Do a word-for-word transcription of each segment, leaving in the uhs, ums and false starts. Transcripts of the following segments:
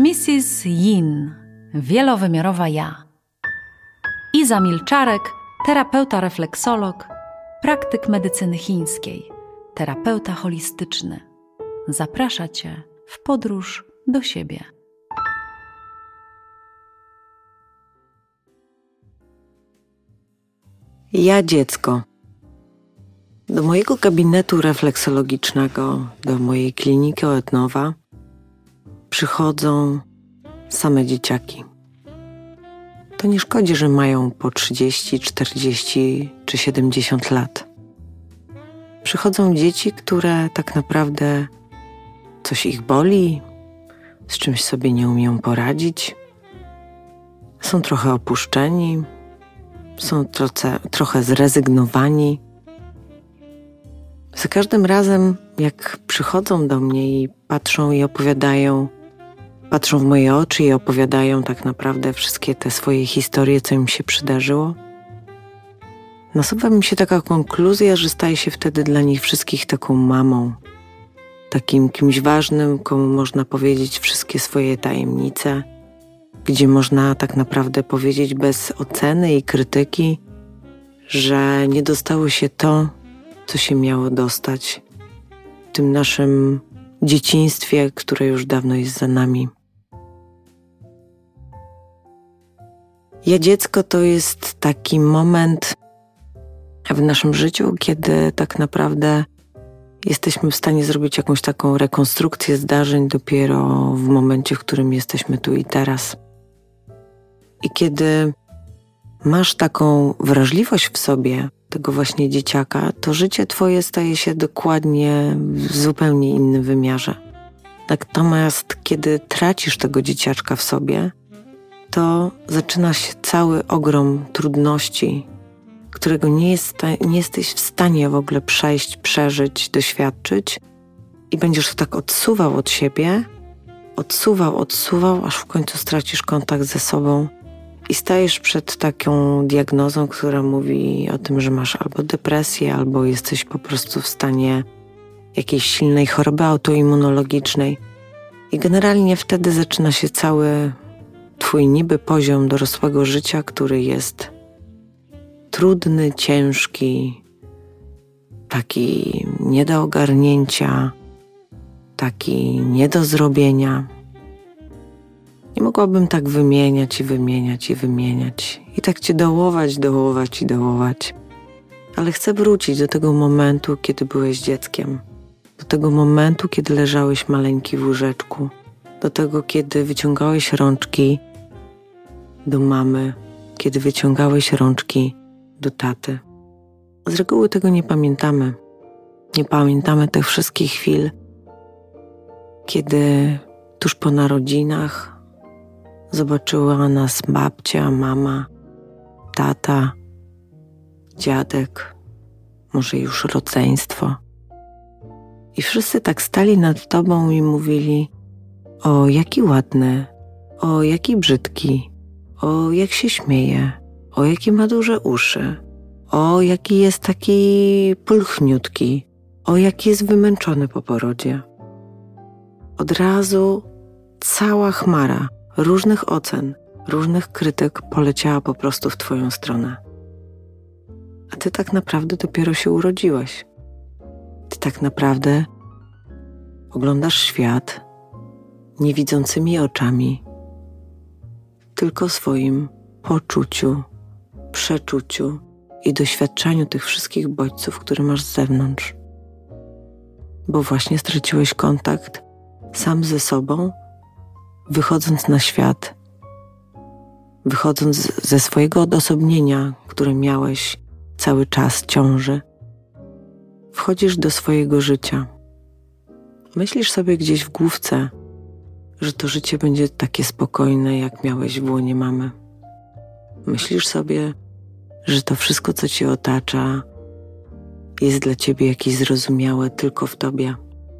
missus Yin, wielowymiarowa ja. Iza Milczarek, terapeuta refleksolog, praktyk medycyny chińskiej, terapeuta holistyczny. Zaprasza Cię w podróż do siebie. Ja dziecko. Do mojego gabinetu refleksologicznego, do mojej kliniki od nowa przychodzą same dzieciaki. To nie szkodzi, że mają po trzydzieści, czterdzieści czy siedemdziesiąt lat. Przychodzą dzieci, które tak naprawdę coś ich boli, z czymś sobie nie umieją poradzić, są trochę opuszczeni, są trochę, trochę zrezygnowani. Za każdym razem, jak przychodzą do mnie i patrzą i opowiadają, patrzą w moje oczy i opowiadają tak naprawdę wszystkie te swoje historie, co im się przydarzyło, nasuwa mi się taka konkluzja, że staję się wtedy dla nich wszystkich taką mamą, takim kimś ważnym, komu można powiedzieć wszystkie swoje tajemnice, gdzie można tak naprawdę powiedzieć bez oceny i krytyki, że nie dostało się to, co się miało dostać w tym naszym dzieciństwie, które już dawno jest za nami. Ja dziecko to jest taki moment w naszym życiu, kiedy tak naprawdę jesteśmy w stanie zrobić jakąś taką rekonstrukcję zdarzeń dopiero w momencie, w którym jesteśmy tu i teraz. I kiedy masz taką wrażliwość w sobie, tego właśnie dzieciaka, to życie twoje staje się dokładnie w zupełnie innym wymiarze. Natomiast kiedy tracisz tego dzieciaczka w sobie, to zaczyna się cały ogrom trudności, którego nie, jest, nie jesteś w stanie w ogóle przejść, przeżyć, doświadczyć i będziesz to tak odsuwał od siebie, odsuwał, odsuwał, aż w końcu stracisz kontakt ze sobą i stajesz przed taką diagnozą, która mówi o tym, że masz albo depresję, albo jesteś po prostu w stanie jakiejś silnej choroby autoimmunologicznej. I generalnie wtedy zaczyna się cały twój niby poziom dorosłego życia, który jest trudny, ciężki, taki nie do ogarnięcia, taki nie do zrobienia. Nie mogłabym tak wymieniać i wymieniać i wymieniać i tak cię dołować, dołować i dołować. Ale chcę wrócić do tego momentu, kiedy byłeś dzieckiem. Do tego momentu, kiedy leżałeś maleńki w łóżeczku. Do tego, kiedy wyciągałeś rączki do mamy, kiedy wyciągałeś rączki do taty. Z reguły tego nie pamiętamy. Nie pamiętamy tych wszystkich chwil, kiedy tuż po narodzinach zobaczyła nas babcia, mama, tata, dziadek, może już rodzeństwo. I wszyscy tak stali nad tobą i mówili: o, jaki ładny, o, jaki brzydki, o, jak się śmieje, o, jakie ma duże uszy, o, jaki jest taki pulchniutki, o, jaki jest wymęczony po porodzie. Od razu cała chmara różnych ocen, różnych krytyk poleciała po prostu w twoją stronę. A ty tak naprawdę dopiero się urodziłeś. Ty tak naprawdę oglądasz świat niewidzącymi oczami, tylko swoim poczuciu, przeczuciu i doświadczaniu tych wszystkich bodźców, które masz z zewnątrz. Bo właśnie straciłeś kontakt sam ze sobą, wychodząc na świat, wychodząc ze swojego odosobnienia, które miałeś cały czas ciąży. Wchodzisz do swojego życia. Myślisz sobie gdzieś w główce, że to życie będzie takie spokojne, jak miałeś w łonie mamy. Myślisz sobie, że to wszystko, co cię otacza, jest dla ciebie jakieś zrozumiałe tylko w tobie.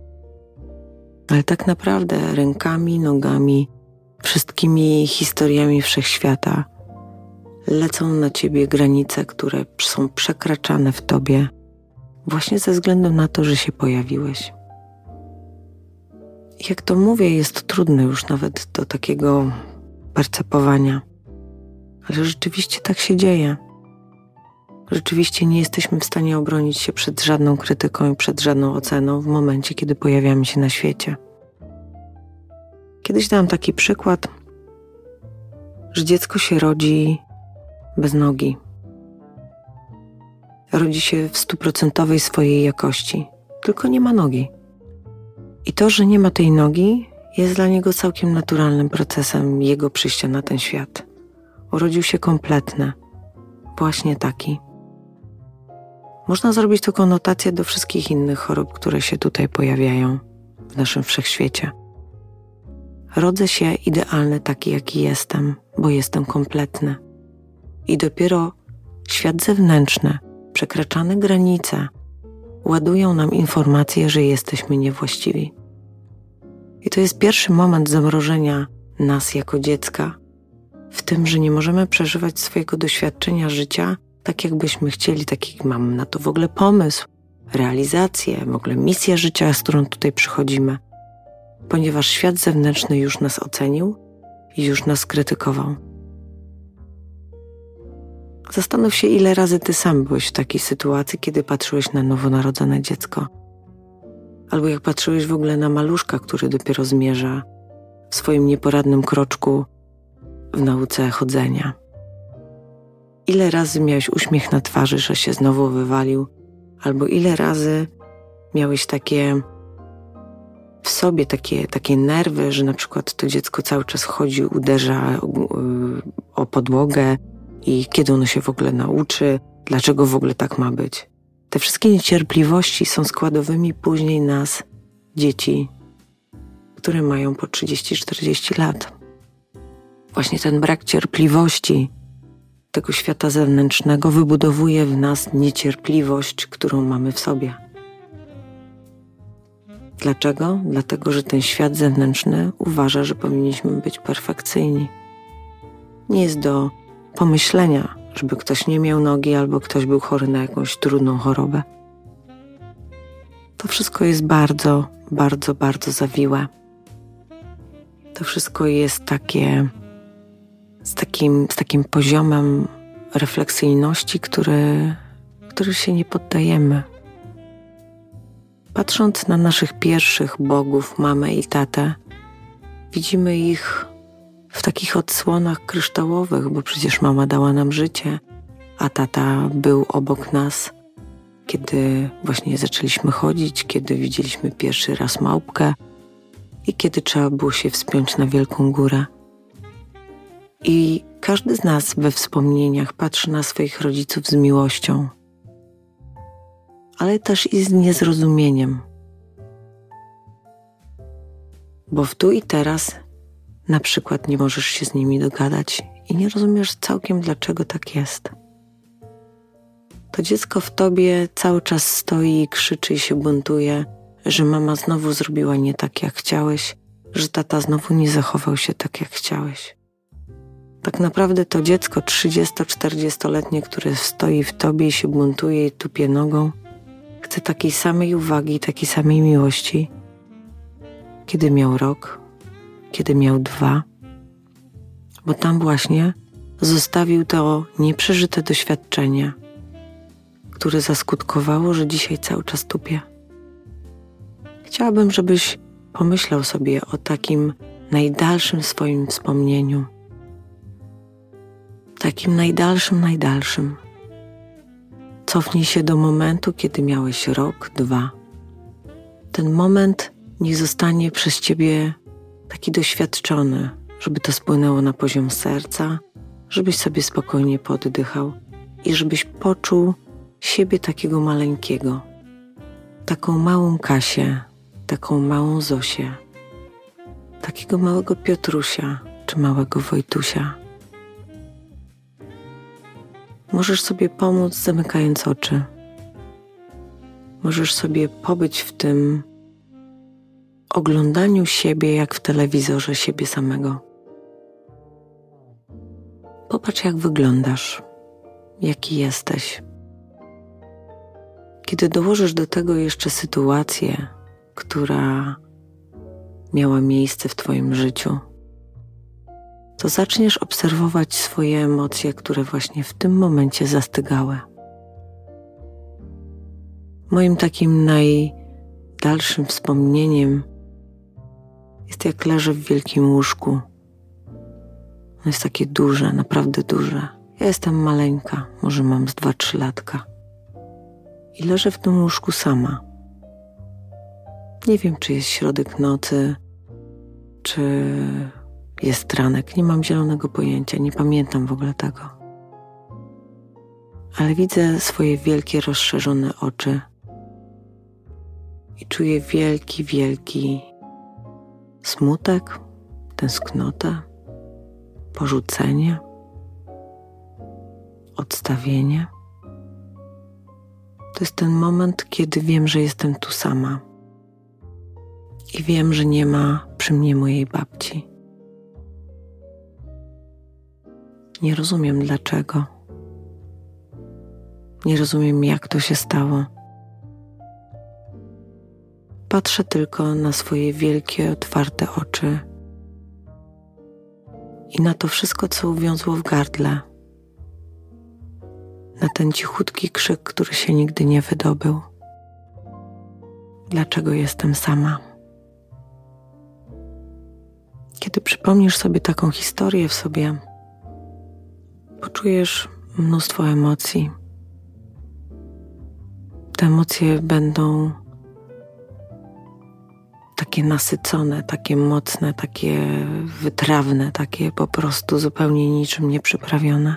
Ale tak naprawdę rękami, nogami, wszystkimi historiami wszechświata lecą na ciebie granice, które są przekraczane w tobie właśnie ze względu na to, że się pojawiłeś. Jak to mówię, jest to trudne już nawet do takiego percepowania. Ale rzeczywiście tak się dzieje. Rzeczywiście nie jesteśmy w stanie obronić się przed żadną krytyką i przed żadną oceną w momencie, kiedy pojawiamy się na świecie. Kiedyś dałam taki przykład, że dziecko się rodzi bez nogi. Rodzi się w stuprocentowej swojej jakości, tylko nie ma nogi. I to, że nie ma tej nogi, jest dla niego całkiem naturalnym procesem jego przyjścia na ten świat. Urodził się kompletny, właśnie taki. Można zrobić tu konotację do wszystkich innych chorób, które się tutaj pojawiają w naszym wszechświecie. Rodzę się idealny taki, jaki jestem, bo jestem kompletny. I dopiero świat zewnętrzny, przekraczane granice, ładują nam informacje, że jesteśmy niewłaściwi. I to jest pierwszy moment zamrożenia nas jako dziecka w tym, że nie możemy przeżywać swojego doświadczenia życia tak, jakbyśmy chcieli, tak jak mamy na to w ogóle pomysł, realizację, w ogóle misję życia, z którą tutaj przychodzimy, ponieważ świat zewnętrzny już nas ocenił i już nas krytykował. Zastanów się, ile razy ty sam byłeś w takiej sytuacji, kiedy patrzyłeś na nowonarodzone dziecko. Albo jak patrzyłeś w ogóle na maluszka, który dopiero zmierza w swoim nieporadnym kroczku w nauce chodzenia. Ile razy miałeś uśmiech na twarzy, że się znowu wywalił, albo ile razy miałeś takie w sobie takie, takie nerwy, że na przykład to dziecko cały czas chodzi, uderza o podłogę i kiedy ono się w ogóle nauczy, dlaczego w ogóle tak ma być. Te wszystkie niecierpliwości są składowymi później nas, dzieci, które mają po trzydzieści czterdzieści lat. Właśnie ten brak cierpliwości tego świata zewnętrznego wybudowuje w nas niecierpliwość, którą mamy w sobie. Dlaczego? Dlatego, że ten świat zewnętrzny uważa, że powinniśmy być perfekcyjni. Nie jest do pomyślenia, żeby ktoś nie miał nogi albo ktoś był chory na jakąś trudną chorobę. To wszystko jest bardzo, bardzo, bardzo zawiłe. To wszystko jest takie z takim, z takim poziomem refleksyjności, który, który się nie poddajemy. Patrząc na naszych pierwszych bogów, mamę i tatę, widzimy ich w takich odsłonach kryształowych, bo przecież mama dała nam życie, a tata był obok nas, kiedy właśnie zaczęliśmy chodzić, kiedy widzieliśmy pierwszy raz małpkę i kiedy trzeba było się wspiąć na wielką górę. I każdy z nas we wspomnieniach patrzy na swoich rodziców z miłością, ale też i z niezrozumieniem. Bo w tu i teraz na przykład nie możesz się z nimi dogadać i nie rozumiesz całkiem, dlaczego tak jest. To dziecko w tobie cały czas stoi i krzyczy i się buntuje, że mama znowu zrobiła nie tak, jak chciałeś, że tata znowu nie zachował się tak, jak chciałeś. Tak naprawdę to dziecko trzydziesto-czterdziestoletnie, które stoi w tobie i się buntuje i tupie nogą, chce takiej samej uwagi i takiej samej miłości, kiedy miał rok, kiedy miał dwa, bo tam właśnie zostawił to nieprzeżyte doświadczenie, które zaskutkowało, że dzisiaj cały czas tupie. Chciałabym, żebyś pomyślał sobie o takim najdalszym swoim wspomnieniu. Takim najdalszym, najdalszym. Cofnij się do momentu, kiedy miałeś rok, dwa. Ten moment niech zostanie przez ciebie taki doświadczony, żeby to spłynęło na poziom serca, żebyś sobie spokojnie poddychał i żebyś poczuł siebie takiego maleńkiego, taką małą Kasię, taką małą Zosię, takiego małego Piotrusia czy małego Wojtusia. Możesz sobie pomóc, zamykając oczy. Możesz sobie pobyć w tym oglądaniu siebie jak w telewizorze siebie samego. Popatrz, jak wyglądasz, jaki jesteś. Kiedy dołożysz do tego jeszcze sytuację, która miała miejsce w Twoim życiu, to zaczniesz obserwować swoje emocje, które właśnie w tym momencie zastygały. Moim takim najdalszym wspomnieniem jest, jak leżę w wielkim łóżku. Ono jest takie duże, naprawdę duże. Ja jestem maleńka, może mam z dwa, trzy latka. I leżę w tym łóżku sama. Nie wiem, czy jest środek nocy, czy jest ranek. Nie mam zielonego pojęcia, nie pamiętam w ogóle tego. Ale widzę swoje wielkie, rozszerzone oczy i czuję wielki, wielki smutek, tęsknotę, porzucenie, odstawienie. To jest ten moment, kiedy wiem, że jestem tu sama i wiem, że nie ma przy mnie mojej babci. Nie rozumiem dlaczego. Nie rozumiem, jak to się stało. Patrzę tylko na swoje wielkie, otwarte oczy i na to wszystko, co uwiązło w gardle. Na ten cichutki krzyk, który się nigdy nie wydobył. Dlaczego jestem sama? Kiedy przypomnisz sobie taką historię w sobie, poczujesz mnóstwo emocji. Te emocje będą takie nasycone, takie mocne, takie wytrawne, takie po prostu zupełnie niczym nieprzyprawione.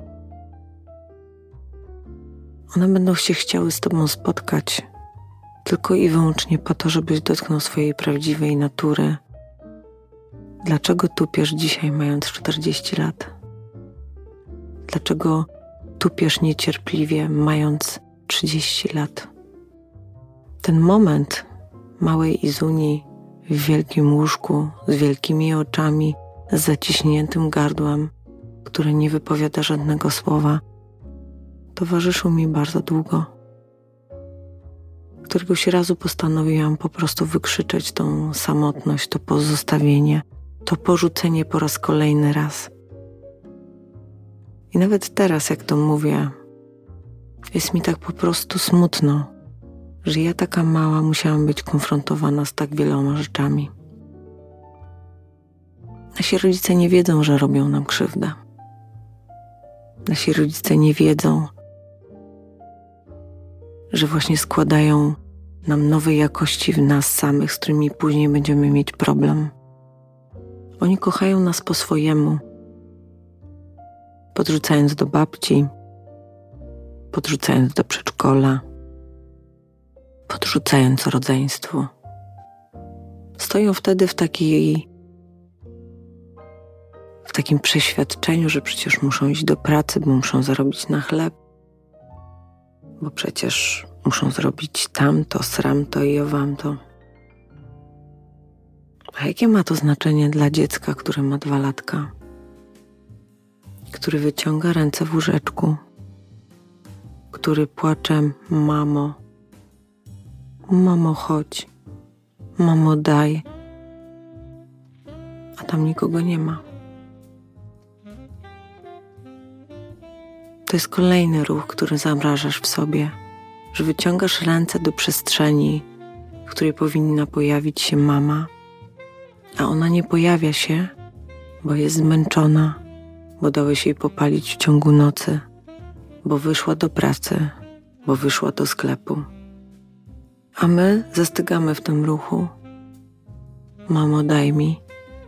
One będą się chciały z Tobą spotkać tylko i wyłącznie po to, żebyś dotknął swojej prawdziwej natury. Dlaczego tupiesz dzisiaj, mając czterdzieści lat? Dlaczego tupiesz niecierpliwie, mając trzydzieści lat? Ten moment małej Izuni w wielkim łóżku, z wielkimi oczami, z zaciśniętym gardłem, które nie wypowiada żadnego słowa, towarzyszył mi bardzo długo. Któregoś razu postanowiłam po prostu wykrzyczeć tą samotność, to pozostawienie, to porzucenie po raz kolejny raz. I nawet teraz, jak to mówię, jest mi tak po prostu smutno, że ja taka mała musiałam być konfrontowana z tak wieloma rzeczami. Nasi rodzice nie wiedzą, że robią nam krzywdę. Nasi rodzice nie wiedzą, że właśnie składają nam nowej jakości w nas samych, z którymi później będziemy mieć problem. Oni kochają nas po swojemu, podrzucając do babci, podrzucając do przedszkola, podrzucając rodzeństwu. Stoją wtedy w takiej, w takim przeświadczeniu, że przecież muszą iść do pracy, bo muszą zarobić na chleb, bo przecież muszą zrobić tamto, sramto i owamto. A jakie ma to znaczenie dla dziecka, które ma dwa latka, który wyciąga ręce w łóżeczku, który płacze: mamo, mamo chodź, mamo daj, a tam nikogo nie ma. To jest kolejny ruch, który zamrażasz w sobie, że wyciągasz ręce do przestrzeni, w której powinna pojawić się mama, a ona nie pojawia się, bo jest zmęczona, bo dałeś jej popalić w ciągu nocy, bo wyszła do pracy, bo wyszła do sklepu. A my zastygamy w tym ruchu: mamo, daj mi.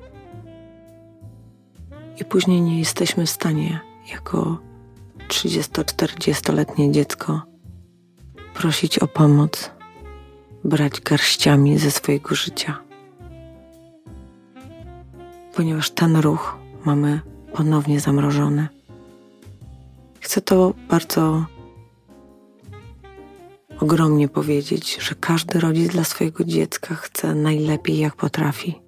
I później nie jesteśmy w stanie, jako trzydziesto-czterdziestoletnie dziecko, prosić o pomoc, brać garściami ze swojego życia. Ponieważ ten ruch mamy ponownie zamrożony. Chcę to bardzo ogromnie powiedzieć, że każdy rodzic dla swojego dziecka chce najlepiej, jak potrafi.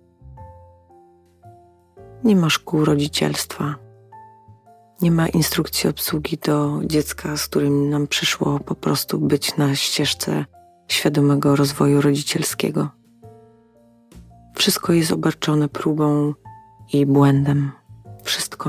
Nie ma szkół rodzicielstwa. Nie ma instrukcji obsługi do dziecka, z którym nam przyszło po prostu być na ścieżce świadomego rozwoju rodzicielskiego. Wszystko jest obarczone próbą i błędem. Wszystko.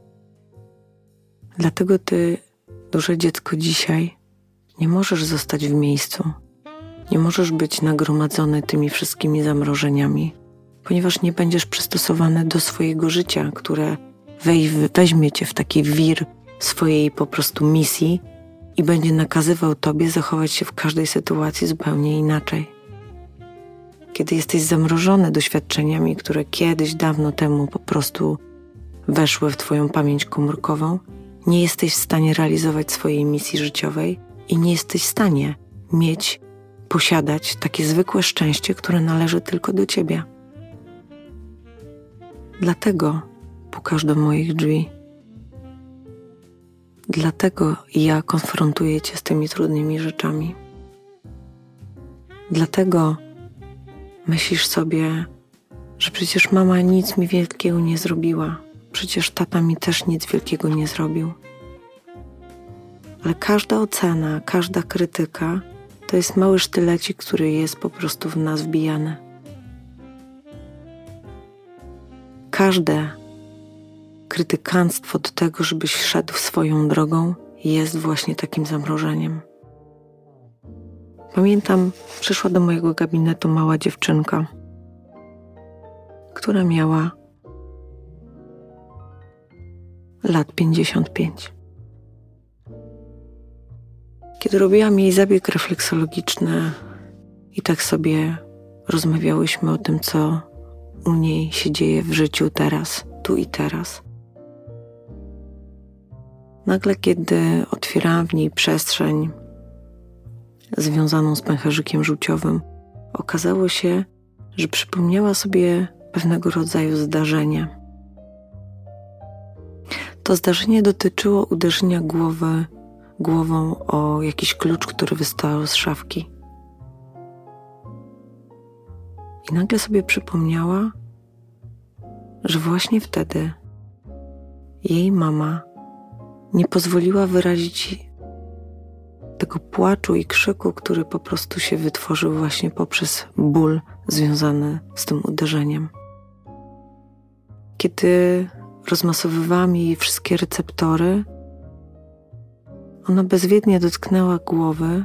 Dlatego ty, duże dziecko, dzisiaj nie możesz zostać w miejscu. Nie możesz być nagromadzony tymi wszystkimi zamrożeniami, ponieważ nie będziesz przystosowany do swojego życia, które weźmie cię w taki wir swojej po prostu misji i będzie nakazywał tobie zachować się w każdej sytuacji zupełnie inaczej. Kiedy jesteś zamrożony doświadczeniami, które kiedyś dawno temu po prostu weszły w twoją pamięć komórkową, nie jesteś w stanie realizować swojej misji życiowej i nie jesteś w stanie mieć, posiadać takie zwykłe szczęście, które należy tylko do ciebie. Dlatego pukasz do moich drzwi. Dlatego ja konfrontuję cię z tymi trudnymi rzeczami. Dlatego myślisz sobie, że przecież mama nic mi wielkiego nie zrobiła. Przecież tata mi też nic wielkiego nie zrobił. Ale każda ocena, każda krytyka to jest mały sztylecik, który jest po prostu w nas wbijany. Każde krytykanstwo do tego, żebyś szedł swoją drogą, jest właśnie takim zamrożeniem. Pamiętam, przyszła do mojego gabinetu mała dziewczynka, która miała lat pięćdziesiąt pięć. Kiedy robiłam jej zabieg refleksologiczny i tak sobie rozmawiałyśmy o tym, co u niej się dzieje w życiu teraz, tu i teraz. Nagle, kiedy otwierałam w niej przestrzeń związaną z pęcherzykiem żółciowym, okazało się, że przypomniała sobie pewnego rodzaju zdarzenie. To zdarzenie dotyczyło uderzenia głowy, głową o jakiś klucz, który wystawał z szafki. I nagle sobie przypomniała, że właśnie wtedy jej mama nie pozwoliła wyrazić tego płaczu i krzyku, który po prostu się wytworzył właśnie poprzez ból związany z tym uderzeniem. Kiedy rozmasowywałam jej wszystkie receptory, ona bezwiednie dotknęła głowy.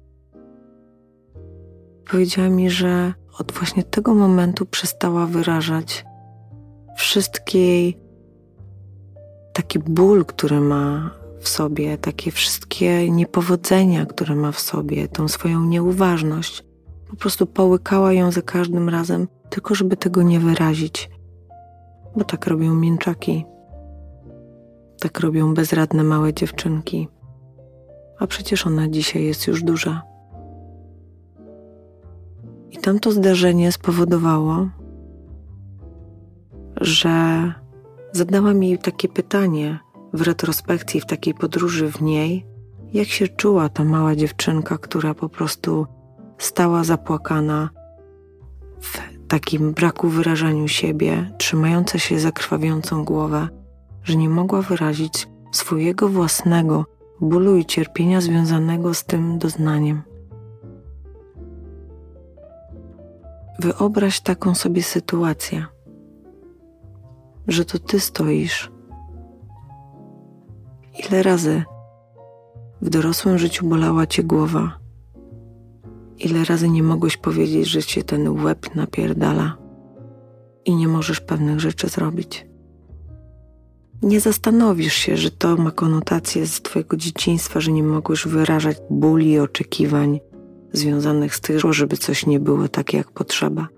Powiedziała mi, że od właśnie tego momentu przestała wyrażać wszystkie jej taki ból, który ma w sobie, takie wszystkie niepowodzenia, które ma w sobie, tą swoją nieuważność. Po prostu połykała ją za każdym razem, tylko żeby tego nie wyrazić. Bo tak robią mięczaki. Tak robią bezradne małe dziewczynki. A przecież ona dzisiaj jest już duża. I tamto zdarzenie spowodowało, że zadałam jej takie pytanie w retrospekcji, w takiej podróży w niej, jak się czuła ta mała dziewczynka, która po prostu stała zapłakana w takim braku wyrażaniu siebie, trzymająca się za krwawiącą głowę, że nie mogła wyrazić swojego własnego bólu i cierpienia związanego z tym doznaniem. Wyobraź taką sobie sytuację, że to ty stoisz. Ile razy w dorosłym życiu bolała cię głowa? Ile razy nie mogłeś powiedzieć, że cię ten łeb napierdala i nie możesz pewnych rzeczy zrobić? Nie zastanowisz się, że to ma konotację z twojego dzieciństwa, że nie mogłeś wyrażać bóli i oczekiwań związanych z tym, żeby coś nie było takie, jak potrzeba.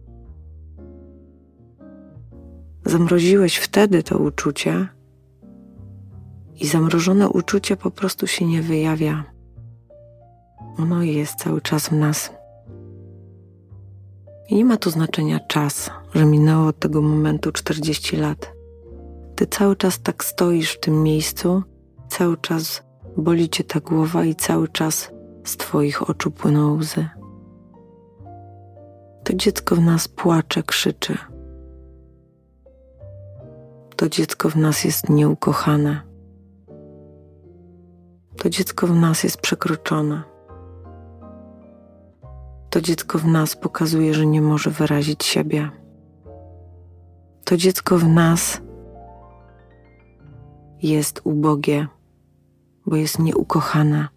Zamroziłeś wtedy to uczucie i zamrożone uczucie po prostu się nie wyjawia. Ono jest cały czas w nas. I nie ma tu znaczenia czas, że minęło od tego momentu czterdzieści lat. Ty cały czas tak stoisz w tym miejscu, cały czas boli cię ta głowa i cały czas z twoich oczu płyną łzy. To dziecko w nas płacze, krzyczy. To dziecko w nas jest nieukochane. To dziecko w nas jest przekroczone. To dziecko w nas pokazuje, że nie może wyrazić siebie. To dziecko w nas jest ubogie, bo jest nieukochane.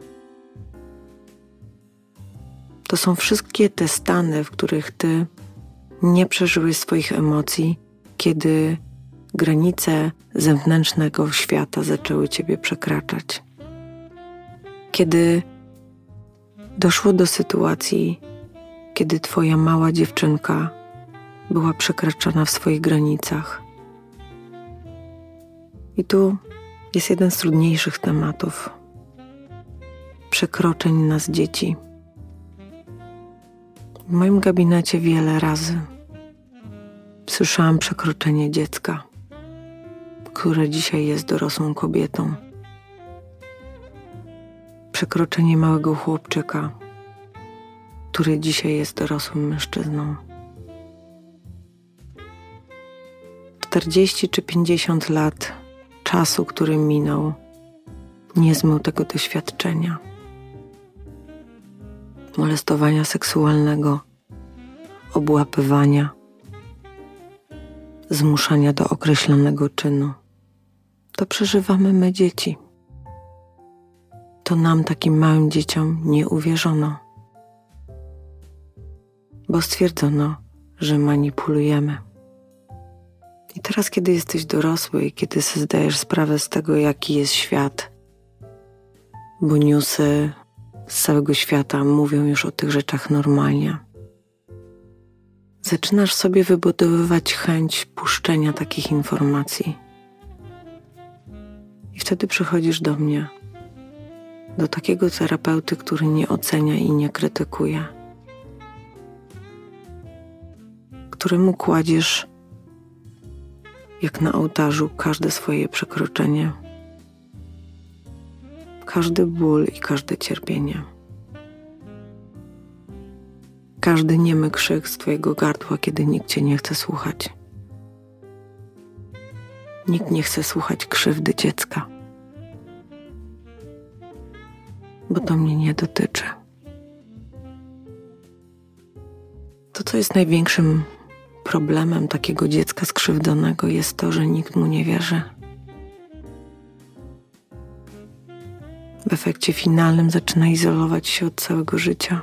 To są wszystkie te stany, w których ty nie przeżyłeś swoich emocji, kiedy granice zewnętrznego świata zaczęły ciebie przekraczać. Kiedy doszło do sytuacji, kiedy twoja mała dziewczynka była przekraczana w swoich granicach. I tu jest jeden z trudniejszych tematów. Przekroczeń nas dzieci. W moim gabinecie wiele razy słyszałam przekroczenie dziecka, które dzisiaj jest dorosłą kobietą. Przekroczenie małego chłopczyka, który dzisiaj jest dorosłym mężczyzną. czterdzieści czy pięćdziesiąt lat czasu, który minął, nie zmył tego doświadczenia. Molestowania seksualnego, obłapywania, zmuszania do określonego czynu. To przeżywamy my, dzieci. To nam, takim małym dzieciom, nie uwierzono, bo stwierdzono, że manipulujemy. I teraz, kiedy jesteś dorosły i kiedy sobie zdajesz sprawę z tego, jaki jest świat, bo newsy z całego świata mówią już o tych rzeczach normalnie, zaczynasz sobie wybudowywać chęć puszczenia takich informacji. I wtedy przychodzisz do mnie, do takiego terapeuty, który nie ocenia i nie krytykuje, któremu kładziesz jak na ołtarzu każde swoje przekroczenie, każdy ból i każde cierpienie, każdy niemy krzyk z twojego gardła, kiedy nikt cię nie chce słuchać. Nikt nie chce słuchać krzywdy dziecka, bo to mnie nie dotyczy. To, co jest największym problemem takiego dziecka skrzywdzonego, jest to, że nikt mu nie wierzy. W efekcie finalnym zaczyna izolować się od całego życia.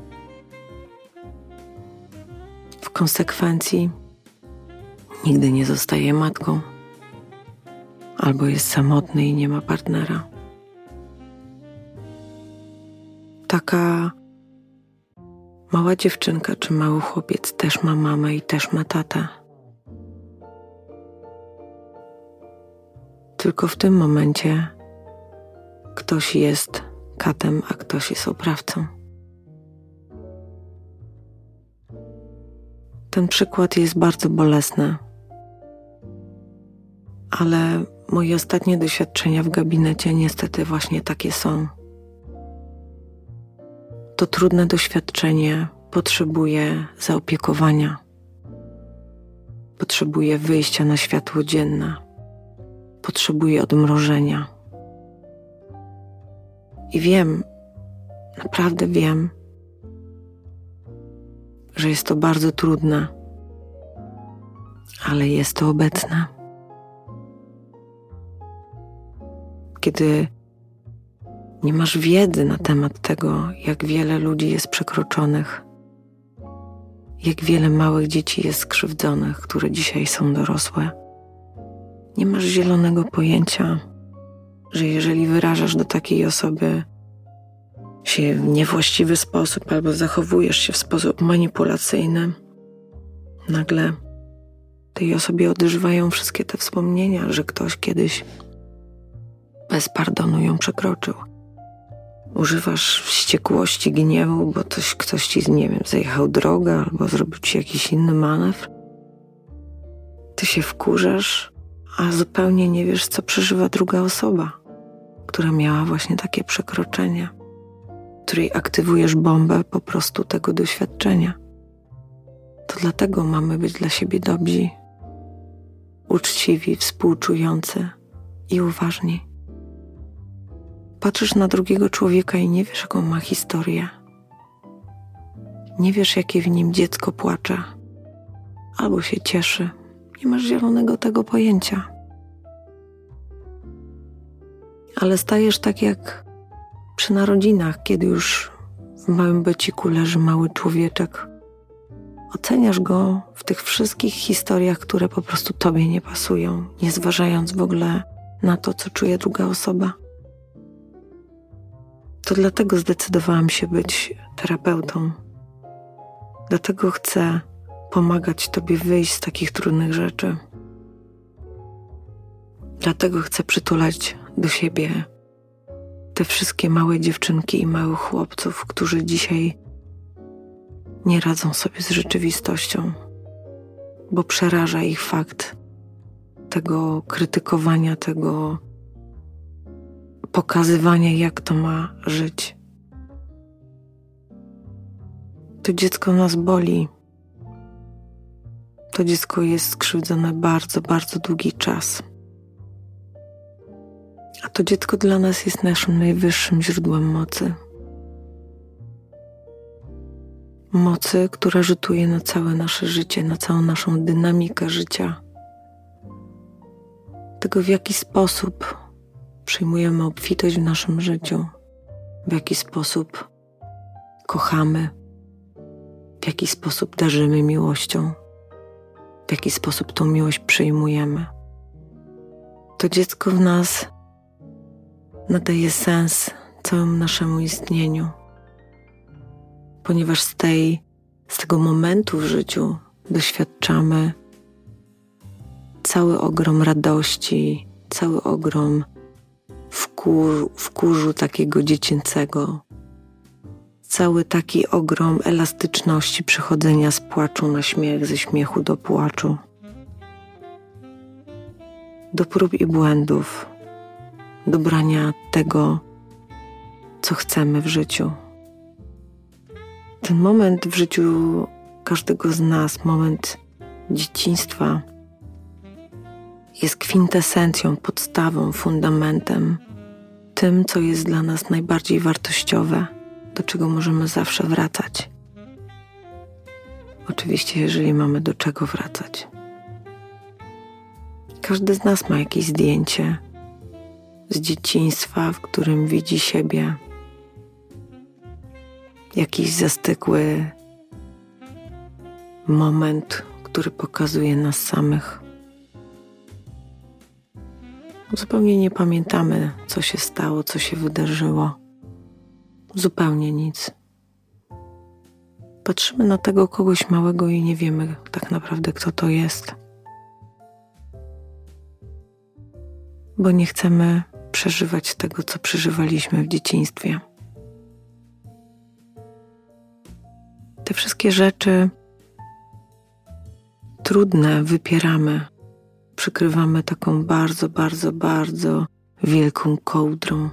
W konsekwencji nigdy nie zostaje matką, albo jest samotny i nie ma partnera. Taka mała dziewczynka czy mały chłopiec też ma mamę i też ma tatę. Tylko w tym momencie ktoś jest katem, a ktoś jest oprawcą. Ten przykład jest bardzo bolesny, ale moje ostatnie doświadczenia w gabinecie niestety właśnie takie są. To trudne doświadczenie potrzebuje zaopiekowania, potrzebuje wyjścia na światło dzienne, potrzebuje odmrożenia. I wiem, naprawdę wiem, że jest to bardzo trudne, ale jest to obecne. Kiedy nie masz wiedzy na temat tego, jak wiele ludzi jest przekroczonych, jak wiele małych dzieci jest skrzywdzonych, które dzisiaj są dorosłe, nie masz zielonego pojęcia, że jeżeli wyrażasz do takiej osoby się w niewłaściwy sposób albo zachowujesz się w sposób manipulacyjny, nagle tej osobie odżywają wszystkie te wspomnienia, że ktoś kiedyś bez pardonu ją przekroczył. Używasz wściekłości, gniewu, bo coś, ktoś ci, nie wiem, zajechał drogę albo zrobił ci jakiś inny manewr. Ty się wkurzasz, a zupełnie nie wiesz, co przeżywa druga osoba, która miała właśnie takie przekroczenie, której aktywujesz bombę po prostu tego doświadczenia. To dlatego mamy być dla siebie dobrzy, uczciwi, współczujący i uważni. Patrzysz na drugiego człowieka i nie wiesz, jaką ma historię. Nie wiesz, jakie w nim dziecko płacze albo się cieszy. Nie masz zielonego tego pojęcia. Ale stajesz tak jak przy narodzinach, kiedy już w małym beciku leży mały człowieczek. Oceniasz go w tych wszystkich historiach, które po prostu tobie nie pasują, nie zważając w ogóle na to, co czuje druga osoba. To dlatego zdecydowałam się być terapeutą. Dlatego chcę pomagać tobie wyjść z takich trudnych rzeczy. Dlatego chcę przytulać do siebie te wszystkie małe dziewczynki i małych chłopców, którzy dzisiaj nie radzą sobie z rzeczywistością, bo przeraża ich fakt tego krytykowania, tego pokazywania, jak to ma żyć. To dziecko nas boli. To dziecko jest skrzywdzone bardzo, bardzo długi czas. A to dziecko dla nas jest naszym najwyższym źródłem mocy. Mocy, która rzutuje na całe nasze życie, na całą naszą dynamikę życia. Tego, w jaki sposób przyjmujemy obfitość w naszym życiu, w jaki sposób kochamy, w jaki sposób darzymy miłością, w jaki sposób tą miłość przyjmujemy. To dziecko w nas nadaje sens całemu naszemu istnieniu, ponieważ z, tej, z tego momentu w życiu doświadczamy cały ogrom radości, cały ogrom wkur, wkurzu takiego dziecięcego, cały taki ogrom elastyczności przechodzenia z płaczu na śmiech, ze śmiechu do płaczu, do prób i błędów, do brania tego, co chcemy w życiu. Ten moment w życiu każdego z nas, moment dzieciństwa, jest kwintesencją, podstawą, fundamentem, tym, co jest dla nas najbardziej wartościowe, do czego możemy zawsze wracać. Oczywiście, jeżeli mamy do czego wracać. Każdy z nas ma jakieś zdjęcie z dzieciństwa, w którym widzi siebie, jakiś zastygły moment, który pokazuje nas samych. Zupełnie nie pamiętamy, co się stało, co się wydarzyło. Zupełnie nic. Patrzymy na tego kogoś małego i nie wiemy tak naprawdę, kto to jest. Bo nie chcemy przeżywać tego, co przeżywaliśmy w dzieciństwie. Te wszystkie rzeczy trudne wypieramy, przykrywamy taką bardzo, bardzo, bardzo wielką kołdrą.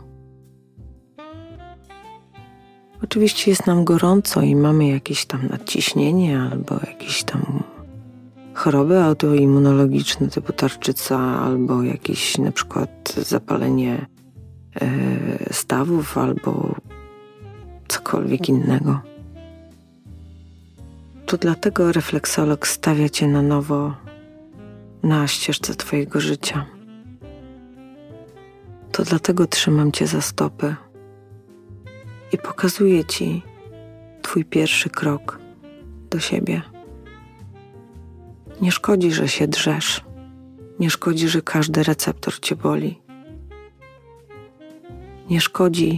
Oczywiście jest nam gorąco i mamy jakieś tam nadciśnienie albo jakieś tam choroby autoimmunologiczne typu tarczyca albo jakieś na przykład zapalenie e, stawów albo cokolwiek innego. To dlatego refleksolog stawia cię na nowo na ścieżce twojego życia. To dlatego trzymam cię za stopy i pokazuję ci twój pierwszy krok do siebie. Nie szkodzi, że się drzesz. Nie szkodzi, że każdy receptor cię boli. Nie szkodzi,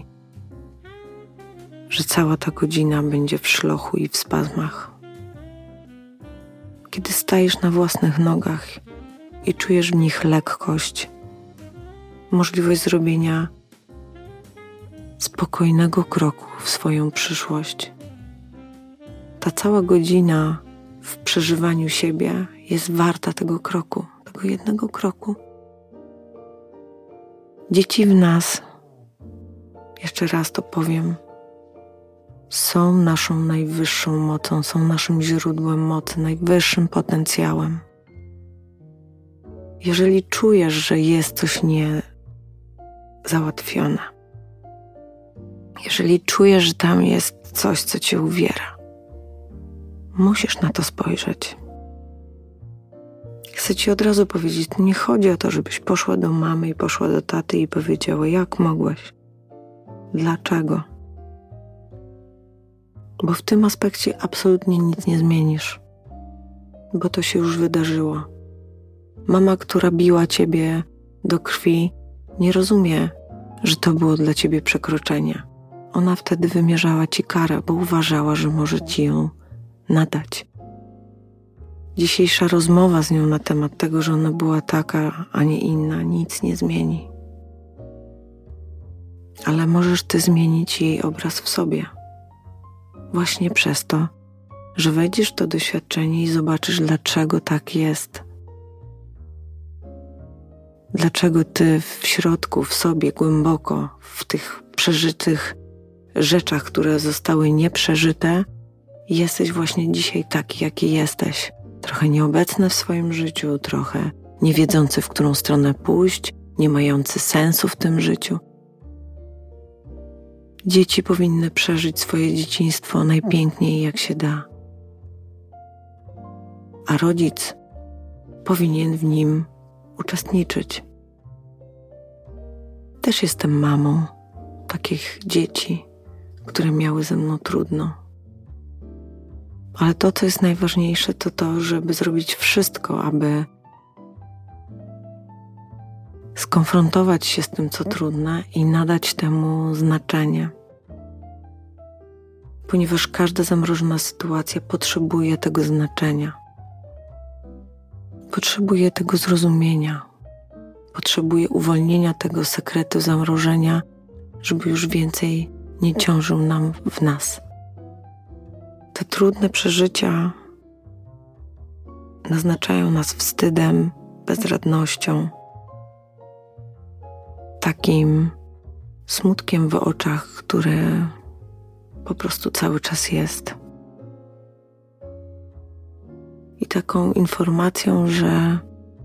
że cała ta godzina będzie w szlochu i w spazmach. Kiedy stajesz na własnych nogach i czujesz w nich lekkość, możliwość zrobienia spokojnego kroku w swoją przyszłość. Ta cała godzina w przeżywaniu siebie jest warta tego kroku, tego jednego kroku. Dzieci w nas, jeszcze raz to powiem, są naszą najwyższą mocą, są naszym źródłem mocy, najwyższym potencjałem. Jeżeli czujesz, że jest coś niezałatwione, jeżeli czujesz, że tam jest coś, co cię uwiera, Musisz na to spojrzeć. Chcę ci od razu powiedzieć, to nie chodzi o to, żebyś poszła do mamy i poszła do taty i powiedziała, jak mogłeś? Dlaczego? Bo w tym aspekcie absolutnie nic nie zmienisz. Bo to się już wydarzyło. Mama, która biła ciebie do krwi, nie rozumie, że to było dla ciebie przekroczenie. Ona wtedy wymierzała ci karę, bo uważała, że może ci ją nadać. Dzisiejsza rozmowa z nią na temat tego, że ona była taka, a nie inna, nic nie zmieni. Ale możesz ty zmienić jej obraz w sobie. Właśnie przez to, że wejdziesz w to doświadczenie i zobaczysz, dlaczego tak jest. Dlaczego ty w środku, w sobie, głęboko, w tych przeżytych rzeczach, które zostały nieprzeżyte, jesteś właśnie dzisiaj taki, jaki jesteś. Trochę nieobecny w swoim życiu, trochę nie wiedzący, w którą stronę pójść, nie mający sensu w tym życiu. Dzieci powinny przeżyć swoje dzieciństwo najpiękniej, jak się da. A rodzic powinien w nim uczestniczyć. Też jestem mamą takich dzieci, które miały ze mną trudno. Ale to, co jest najważniejsze, to to, żeby zrobić wszystko, aby skonfrontować się z tym, co trudne i nadać temu znaczenie. Ponieważ każda zamrożona sytuacja potrzebuje tego znaczenia. Potrzebuje tego zrozumienia. Potrzebuje uwolnienia tego sekretu zamrożenia, żeby już więcej nie ciążył nam w nas. Te trudne przeżycia naznaczają nas wstydem, bezradnością, takim smutkiem w oczach, który po prostu cały czas jest. I taką informacją, że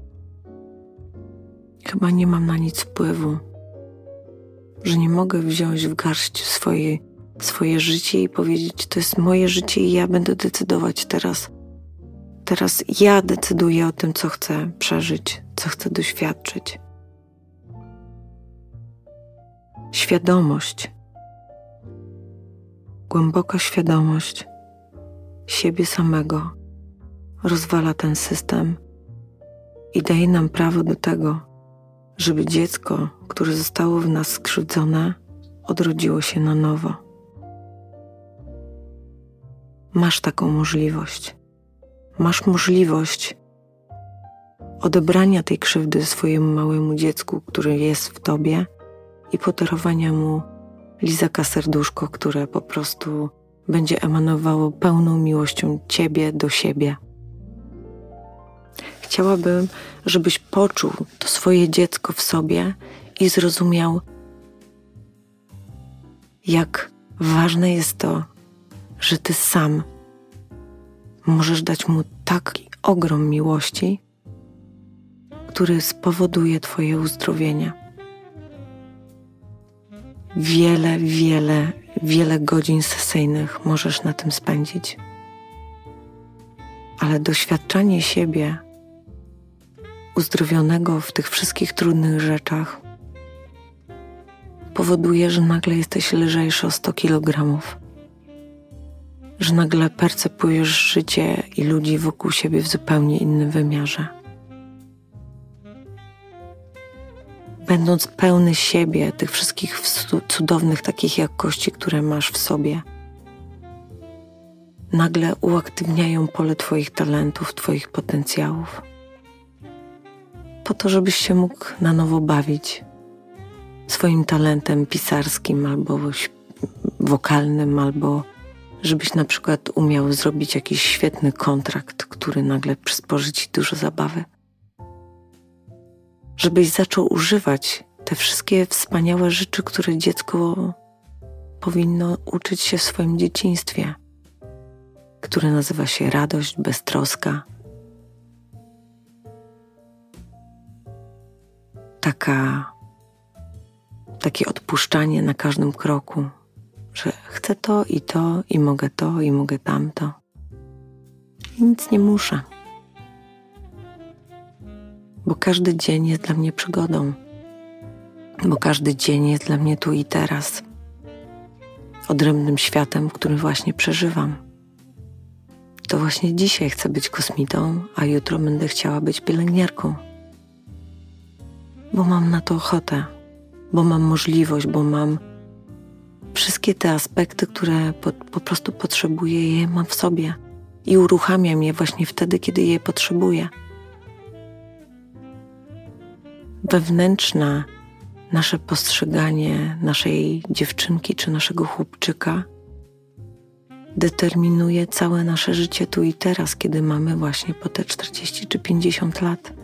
chyba nie mam na nic wpływu, że nie mogę wziąć w garść swoje, swoje życie i powiedzieć, to jest moje życie i ja będę decydować teraz. Teraz ja decyduję o tym, co chcę przeżyć, co chcę doświadczyć. Świadomość, głęboka świadomość siebie samego rozwala ten system i daje nam prawo do tego, żeby dziecko, które zostało w nas skrzywdzone, odrodziło się na nowo. Masz taką możliwość. Masz możliwość odebrania tej krzywdy swojemu małemu dziecku, który jest w tobie i podarowania mu lizaka serduszko, które po prostu będzie emanowało pełną miłością ciebie do siebie. Chciałabym, żebyś poczuł to swoje dziecko w sobie i zrozumiał, jak ważne jest to, że ty sam możesz dać mu taki ogrom miłości, który spowoduje twoje uzdrowienie. Wiele, wiele, wiele godzin sesyjnych możesz na tym spędzić. Ale doświadczanie siebie uzdrowionego w tych wszystkich trudnych rzeczach powoduje, że nagle jesteś lżejszy o sto kilogramów. Że nagle percepujesz życie i ludzi wokół siebie w zupełnie innym wymiarze. Będąc pełny siebie, tych wszystkich cudownych takich jakości, które masz w sobie, nagle uaktywniają pole twoich talentów, twoich potencjałów. Po to, żebyś się mógł na nowo bawić swoim talentem pisarskim albo wokalnym, albo żebyś na przykład umiał zrobić jakiś świetny kontrakt, który nagle przysporzy ci dużo zabawy. Żebyś zaczął używać te wszystkie wspaniałe rzeczy, które dziecko powinno uczyć się w swoim dzieciństwie, które nazywa się radość, beztroska. Taka, takie odpuszczanie na każdym kroku, że chcę to i to, i mogę to, i mogę tamto. I nic nie muszę. Bo każdy dzień jest dla mnie przygodą. Bo każdy dzień jest dla mnie tu i teraz. Odrębnym światem, który właśnie przeżywam. To właśnie dzisiaj chcę być kosmitą, a jutro będę chciała być pielęgniarką. Bo mam na to ochotę, bo mam możliwość, bo mam wszystkie te aspekty, które po, po prostu potrzebuję, je mam w sobie i uruchamiam je właśnie wtedy, kiedy je potrzebuję. Wewnętrzne nasze postrzeganie naszej dziewczynki czy naszego chłopczyka determinuje całe nasze życie tu i teraz, kiedy mamy właśnie po te czterdzieści czy pięćdziesiąt lat.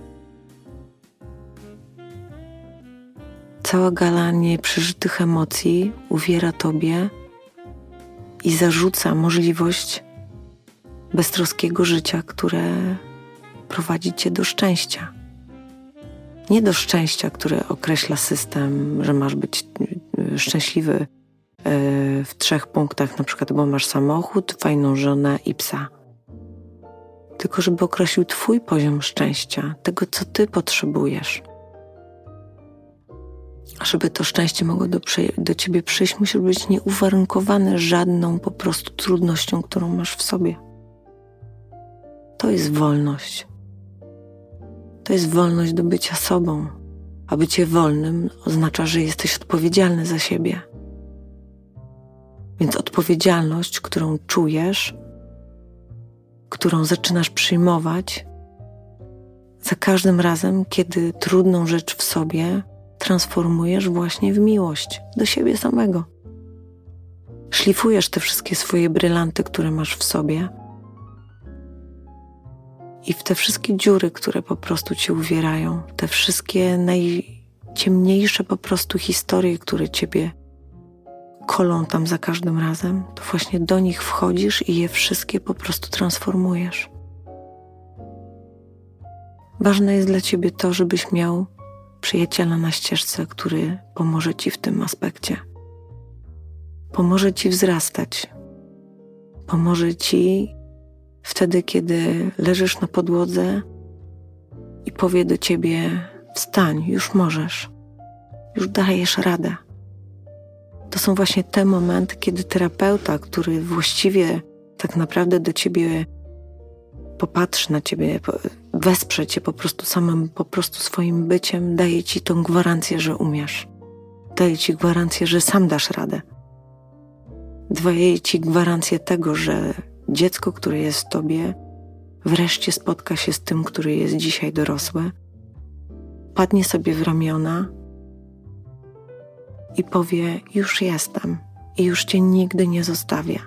Cała gala nieprzeżytych emocji uwiera tobie i zarzuca możliwość beztroskiego życia, które prowadzi cię do szczęścia. Nie do szczęścia, które określa system, że masz być szczęśliwy w trzech punktach, na przykład, bo masz samochód, fajną żonę i psa. Tylko żeby określił twój poziom szczęścia, tego, co ty potrzebujesz. A żeby to szczęście mogło do, do ciebie przyjść, musi być nieuwarunkowane żadną po prostu trudnością, którą masz w sobie. To jest wolność. To jest wolność do bycia sobą. A bycie wolnym oznacza, że jesteś odpowiedzialny za siebie. Więc odpowiedzialność, którą czujesz, którą zaczynasz przyjmować, za każdym razem, kiedy trudną rzecz w sobie transformujesz właśnie w miłość do siebie samego. Szlifujesz te wszystkie swoje brylanty, które masz w sobie i w te wszystkie dziury, które po prostu cię uwierają, te wszystkie najciemniejsze po prostu historie, które ciebie kolą tam za każdym razem, to właśnie do nich wchodzisz i je wszystkie po prostu transformujesz. Ważne jest dla ciebie to, żebyś miał przyjaciela na ścieżce, który pomoże ci w tym aspekcie. Pomoże ci wzrastać. Pomoże ci wtedy, kiedy leżysz na podłodze i powie do ciebie: wstań, już możesz, już dajesz radę. To są właśnie te momenty, kiedy terapeuta, który właściwie tak naprawdę do ciebie popatrzy na ciebie, wesprze cię po prostu samym, po prostu swoim byciem, daje ci tą gwarancję, że umiesz. Daje ci gwarancję, że sam dasz radę. Daje ci gwarancję tego, że dziecko, które jest w tobie, wreszcie spotka się z tym, który jest dzisiaj dorosły, padnie sobie w ramiona i powie: już jestem i już cię nigdy nie zostawię.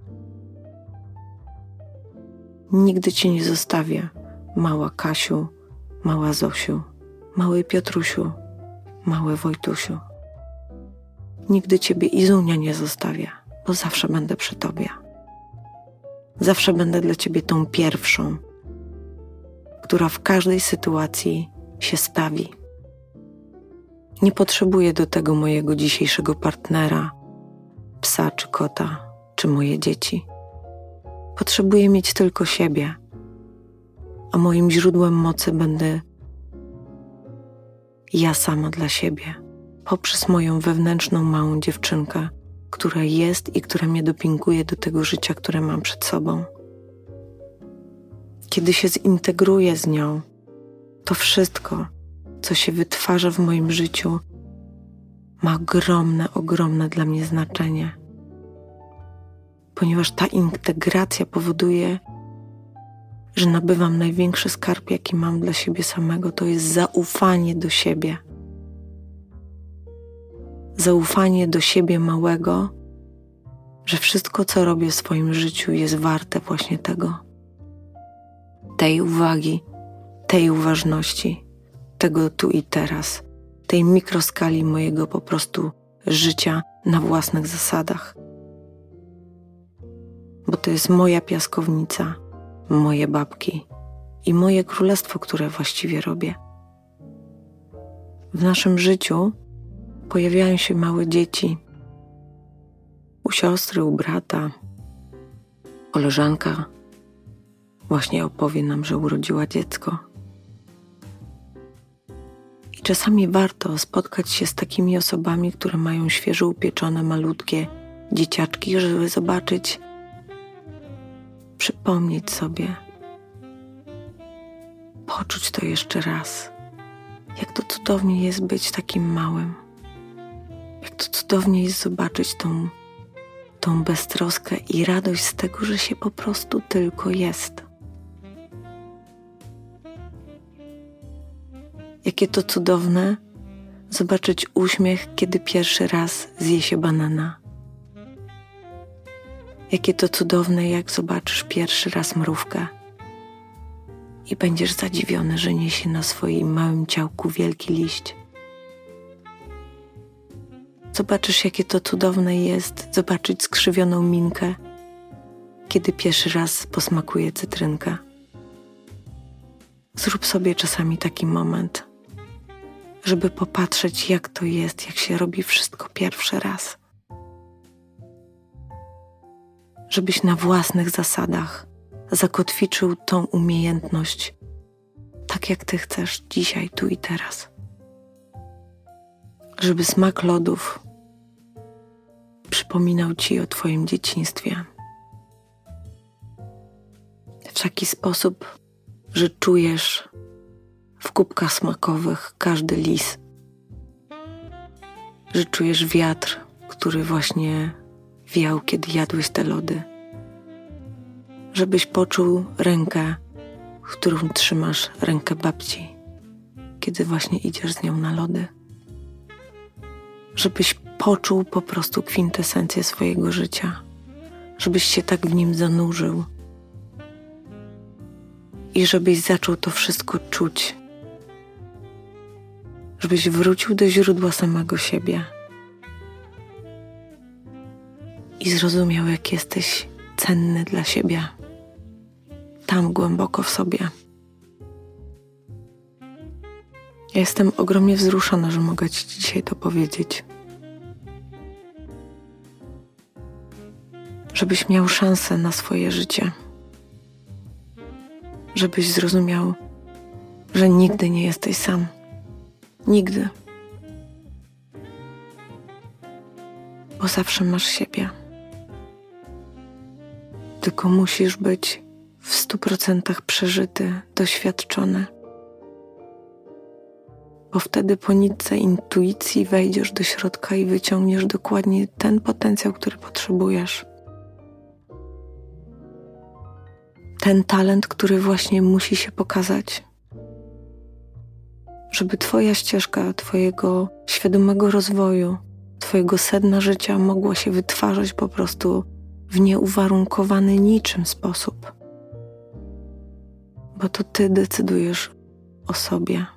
Nigdy cię nie zostawię, mała Kasiu, mała Zosiu, mały Piotrusiu, mały Wojtusiu. Nigdy ciebie Izunia nie zostawię, bo zawsze będę przy tobie. Zawsze będę dla ciebie tą pierwszą, która w każdej sytuacji się stawi. Nie potrzebuję do tego mojego dzisiejszego partnera, psa czy kota, czy moje dzieci. Potrzebuję mieć tylko siebie, a moim źródłem mocy będę ja sama dla siebie, poprzez moją wewnętrzną małą dziewczynkę, która jest i która mnie dopinguje do tego życia, które mam przed sobą. Kiedy się zintegruję z nią, to wszystko, co się wytwarza w moim życiu, ma ogromne, ogromne dla mnie znaczenie. Ponieważ ta integracja powoduje, że nabywam największy skarb, jaki mam dla siebie samego, to jest zaufanie do siebie. Zaufanie do siebie małego, że wszystko, co robię w swoim życiu, jest warte właśnie tego. Tej uwagi, tej uważności, tego tu i teraz, tej mikroskali mojego po prostu życia na własnych zasadach. Bo to jest moja piaskownica, moje babki i moje królestwo, które właściwie robię. W naszym życiu pojawiają się małe dzieci, u siostry, u brata, koleżanka, właśnie opowie nam, że urodziła dziecko. I czasami warto spotkać się z takimi osobami, które mają świeżo upieczone, malutkie dzieciaczki, żeby zobaczyć, przypomnieć sobie, poczuć to jeszcze raz. Jak to cudownie jest być takim małym. Jak to cudownie jest zobaczyć tą, tą beztroskę i radość z tego, że się po prostu tylko jest. Jakie to cudowne zobaczyć uśmiech, kiedy pierwszy raz zje się banana. Jakie to cudowne, jak zobaczysz pierwszy raz mrówkę i będziesz zadziwiony, że niesie na swoim małym ciałku wielki liść. Zobaczysz, jakie to cudowne jest zobaczyć skrzywioną minkę, kiedy pierwszy raz posmakuje cytrynka. Zrób sobie czasami taki moment, żeby popatrzeć, jak to jest, jak się robi wszystko pierwszy raz. Żebyś na własnych zasadach zakotwiczył tą umiejętność, tak jak ty chcesz, dzisiaj, tu i teraz. Żeby smak lodów przypominał ci o twoim dzieciństwie. W taki sposób, że czujesz w kubkach smakowych każdy lis. Że czujesz wiatr, który właśnie wiał, kiedy jadłeś te lody. Żebyś poczuł rękę, którą trzymasz rękę babci, kiedy właśnie idziesz z nią na lody. Żebyś poczuł po prostu kwintesencję swojego życia. Żebyś się tak w nim zanurzył. I żebyś zaczął to wszystko czuć. Żebyś wrócił do źródła samego siebie. I zrozumiał, jak jesteś cenny dla siebie. Tam głęboko w sobie. Ja jestem ogromnie wzruszona, że mogę ci dzisiaj to powiedzieć. Żebyś miał szansę na swoje życie. Żebyś zrozumiał, że nigdy nie jesteś sam. Nigdy. Bo zawsze masz siebie. Tylko musisz być w stu procentach przeżyty, doświadczony. Bo wtedy po nitce intuicji wejdziesz do środka i wyciągniesz dokładnie ten potencjał, który potrzebujesz. Ten talent, który właśnie musi się pokazać. Żeby twoja ścieżka, twojego świadomego rozwoju, twojego sedna życia mogła się wytwarzać po prostu w nieuwarunkowany niczym sposób. Bo to ty decydujesz o sobie.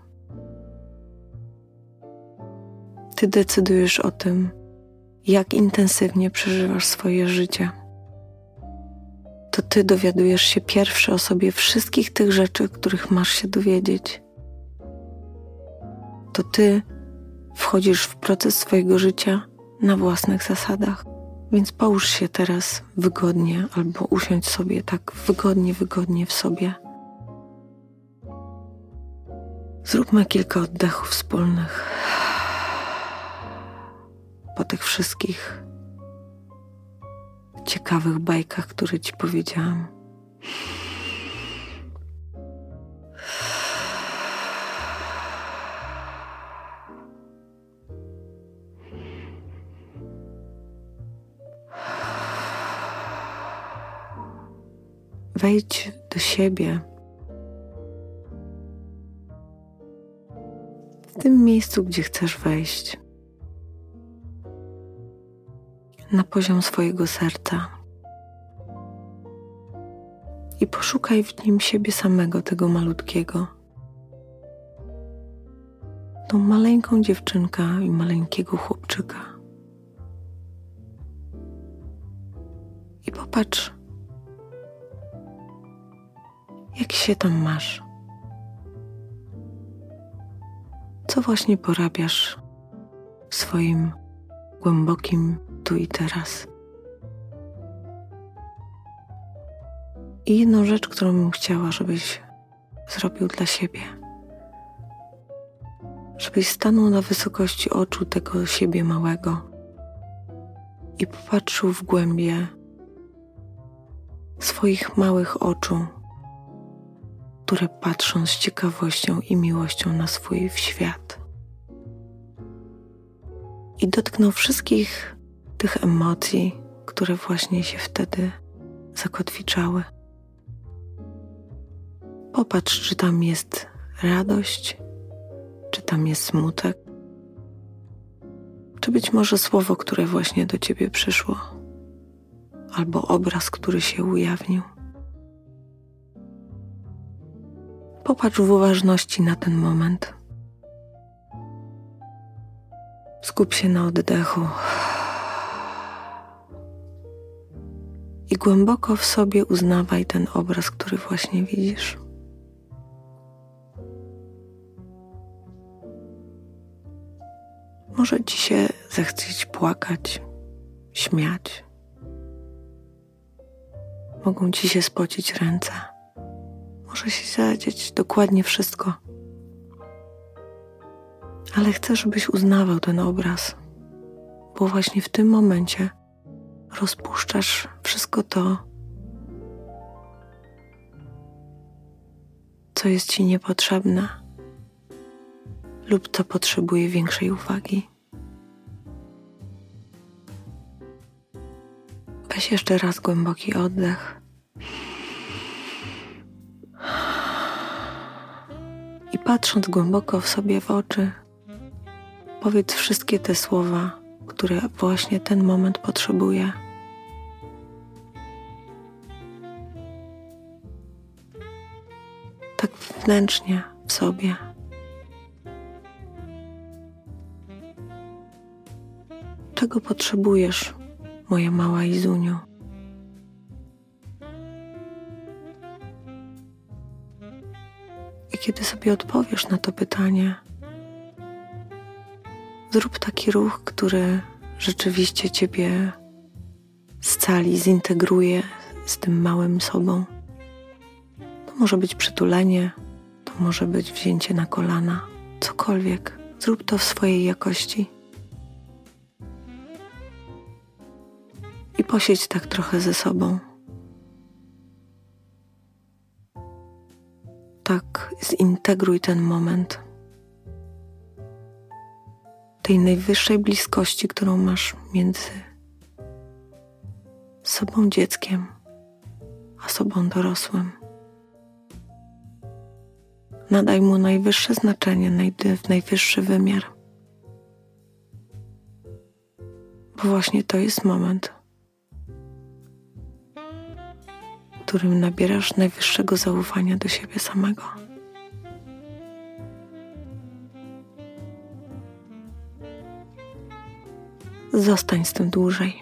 Ty decydujesz o tym, jak intensywnie przeżywasz swoje życie. To ty dowiadujesz się pierwszy o sobie wszystkich tych rzeczy, których masz się dowiedzieć. To ty wchodzisz w proces swojego życia na własnych zasadach. Więc połóż się teraz wygodnie albo usiądź sobie tak wygodnie, wygodnie w sobie. Zróbmy kilka oddechów wspólnych. Po tych wszystkich ciekawych bajkach, które ci powiedziałam. Wejdź do siebie. W tym miejscu, gdzie chcesz wejść. Na poziom swojego serca. I poszukaj w nim siebie samego, tego malutkiego. Tą maleńką dziewczynkę i maleńkiego chłopczyka. I popatrz, jak się tam masz. Co właśnie porabiasz w swoim głębokim tu i teraz. I jedną rzecz, którą bym chciała, żebyś zrobił dla siebie. Żebyś stanął na wysokości oczu tego siebie małego i popatrzył w głębie swoich małych oczu, które patrzą z ciekawością i miłością na swój świat. I dotknął wszystkich tych emocji, które właśnie się wtedy zakotwiczały. Popatrz, czy tam jest radość, czy tam jest smutek, czy być może słowo, które właśnie do ciebie przyszło, albo obraz, który się ujawnił. Popatrz w uważności na ten moment. Skup się na oddechu i głęboko w sobie uznawaj ten obraz, który właśnie widzisz. Może ci się zechcieć płakać, śmiać. Mogą ci się spocić ręce. Może się zadzieć dokładnie wszystko. Ale chcę, żebyś uznawał ten obraz, bo właśnie w tym momencie rozpuszczasz wszystko to, co jest ci niepotrzebne lub co potrzebuje większej uwagi. Weź jeszcze raz głęboki oddech i patrząc głęboko w sobie w oczy, powiedz wszystkie te słowa, które właśnie ten moment potrzebuje. Tak wewnętrznie w sobie. Czego potrzebujesz, moja mała Izuniu? I kiedy sobie odpowiesz na to pytanie, zrób taki ruch, który rzeczywiście ciebie scali, zintegruje z tym małym sobą. To może być przytulenie, to może być wzięcie na kolana, cokolwiek. Zrób to w swojej jakości. I posiedź tak trochę ze sobą. Tak zintegruj ten moment tej najwyższej bliskości, którą masz między sobą dzieckiem a sobą dorosłym. Nadaj mu najwyższe znaczenie, najwyższy wymiar. Bo właśnie to jest moment, w którym nabierasz najwyższego zaufania do siebie samego. Zostań z tym dłużej.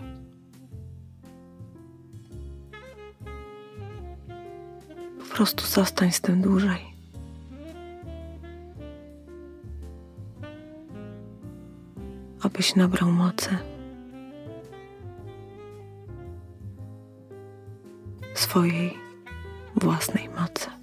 Po prostu zostań z tym dłużej. Abyś nabrał mocy. Swojej własnej mocy.